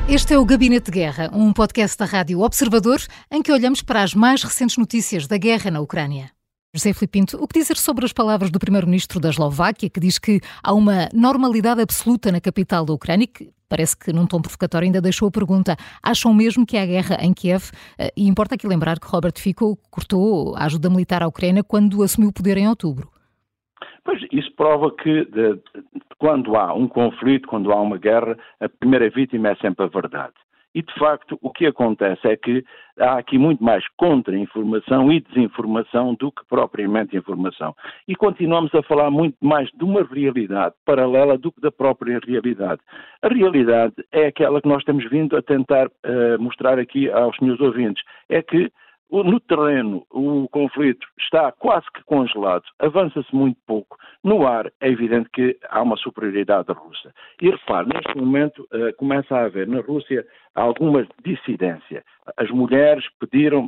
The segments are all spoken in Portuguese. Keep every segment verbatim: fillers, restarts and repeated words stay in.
Este é o Gabinete de Guerra, um podcast da Rádio Observador, em que olhamos para as mais recentes notícias da guerra na Ucrânia. José Filipe Pinto, o que dizer sobre as palavras do primeiro-ministro da Eslováquia, que diz que há uma normalidade absoluta na capital da Ucrânia, que parece que num tom provocatório ainda deixou a pergunta: acham mesmo que há guerra em Kiev? E importa aqui lembrar que Robert Fico cortou a ajuda militar à Ucrânia quando assumiu o poder em outubro. Pois, isso prova que de, de, quando há um conflito, quando há uma guerra, a primeira vítima é sempre a verdade. E, de facto, o que acontece é que há aqui muito mais contra-informação e desinformação do que propriamente informação. E continuamos a falar muito mais de uma realidade paralela do que da própria realidade. A realidade é aquela que nós temos vindo a tentar uh, mostrar aqui aos senhores ouvintes. É que no terreno o conflito está quase que congelado, avança-se muito pouco. No ar é evidente que há uma superioridade russa. E repare, neste momento uh, começa a haver na Rússia alguma dissidência. As mulheres pediram,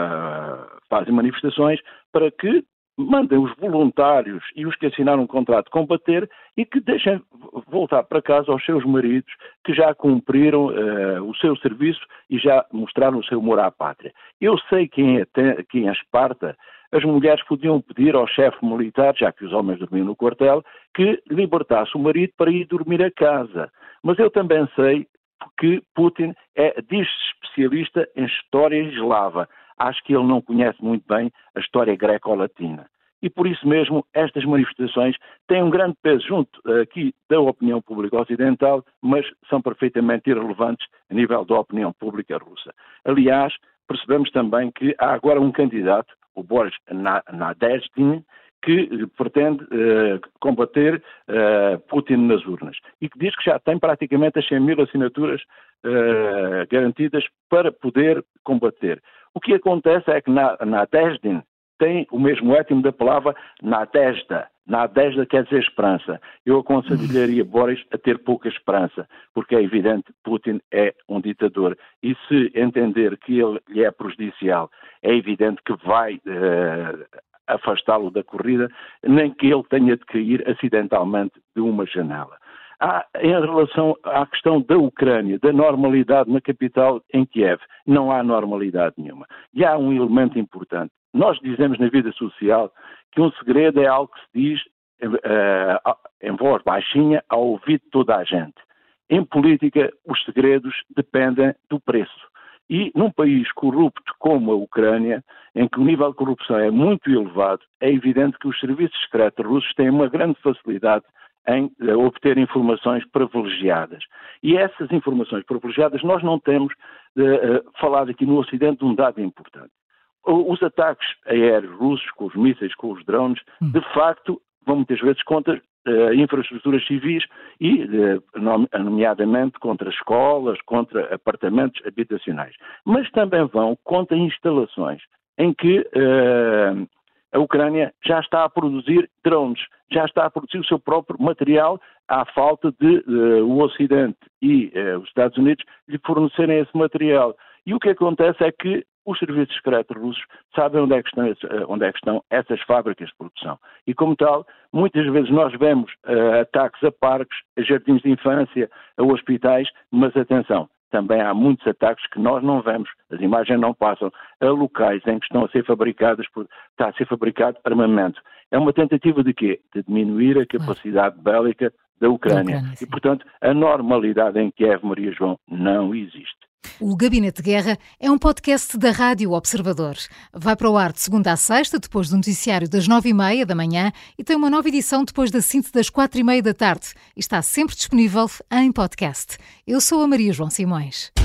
uh, fazem manifestações para que mandem os voluntários e os que assinaram um contrato de combater e que deixem voltar para casa aos seus maridos que já cumpriram uh, o seu serviço e já mostraram o seu amor à pátria. Eu sei que em, que em Esparta as mulheres podiam pedir ao chefe militar, já que os homens dormiam no quartel, que libertasse o marido para ir dormir a casa. Mas eu também sei que Putin é, diz-se especialista em história eslava. Acho que ele não conhece muito bem a história greco-latina. E por isso mesmo estas manifestações têm um grande peso junto aqui da opinião pública ocidental, mas são perfeitamente irrelevantes a nível da opinião pública russa. Aliás, percebemos também que há agora um candidato, o Boris Nadezhdin, que pretende uh, combater uh, Putin nas urnas e que diz que já tem praticamente as cem mil assinaturas uh, garantidas para poder combater. O que acontece é que Nadezhdin tem o mesmo étimo da palavra Nadezhda. Nadezhda quer dizer esperança. Eu aconselharia Boris a ter pouca esperança, porque é evidente que Putin é um ditador. E se entender que ele lhe é prejudicial, é evidente que vai uh, afastá-lo da corrida, nem que ele tenha de cair acidentalmente de uma janela. Há, em relação à questão da Ucrânia, da normalidade na capital, em Kiev, não há normalidade nenhuma. E há um elemento importante. Nós dizemos na vida social que um segredo é algo que se diz uh, em voz baixinha ao ouvido de toda a gente. Em política, os segredos dependem do preço. E num país corrupto como a Ucrânia, em que o nível de corrupção é muito elevado, é evidente que os serviços secretos russos têm uma grande facilidade em uh, obter informações privilegiadas. E essas informações privilegiadas nós não temos uh, uh, falado aqui no Ocidente de um dado importante. Os ataques aéreos russos, com os mísseis, com os drones, de facto, vão muitas vezes contra uh, infraestruturas civis e, uh, nomeadamente, contra escolas, contra apartamentos habitacionais. Mas também vão contra instalações em que uh, a Ucrânia já está a produzir drones, já está a produzir o seu próprio material à falta de uh, o Ocidente e uh, os Estados Unidos lhe fornecerem esse material. E o que acontece é que os serviços secretos russos sabem onde é, que estão, onde é que estão essas fábricas de produção. E, como tal, muitas vezes nós vemos uh, ataques a parques, a jardins de infância, a hospitais, mas atenção, também há muitos ataques que nós não vemos, as imagens não passam, a locais em que estão a ser fabricadas, está a ser fabricado armamento. É uma tentativa de quê? De diminuir a capacidade bélica da Ucrânia. Ucrânia e, portanto, a normalidade em Kiev, Maria João, não existe. O Gabinete de Guerra é um podcast da Rádio Observador. Vai para o ar de segunda a sexta, depois do noticiário das nove e meia da manhã e tem uma nova edição depois da síntese das quatro e meia da tarde. E está sempre disponível em podcast. Eu sou a Maria João Simões.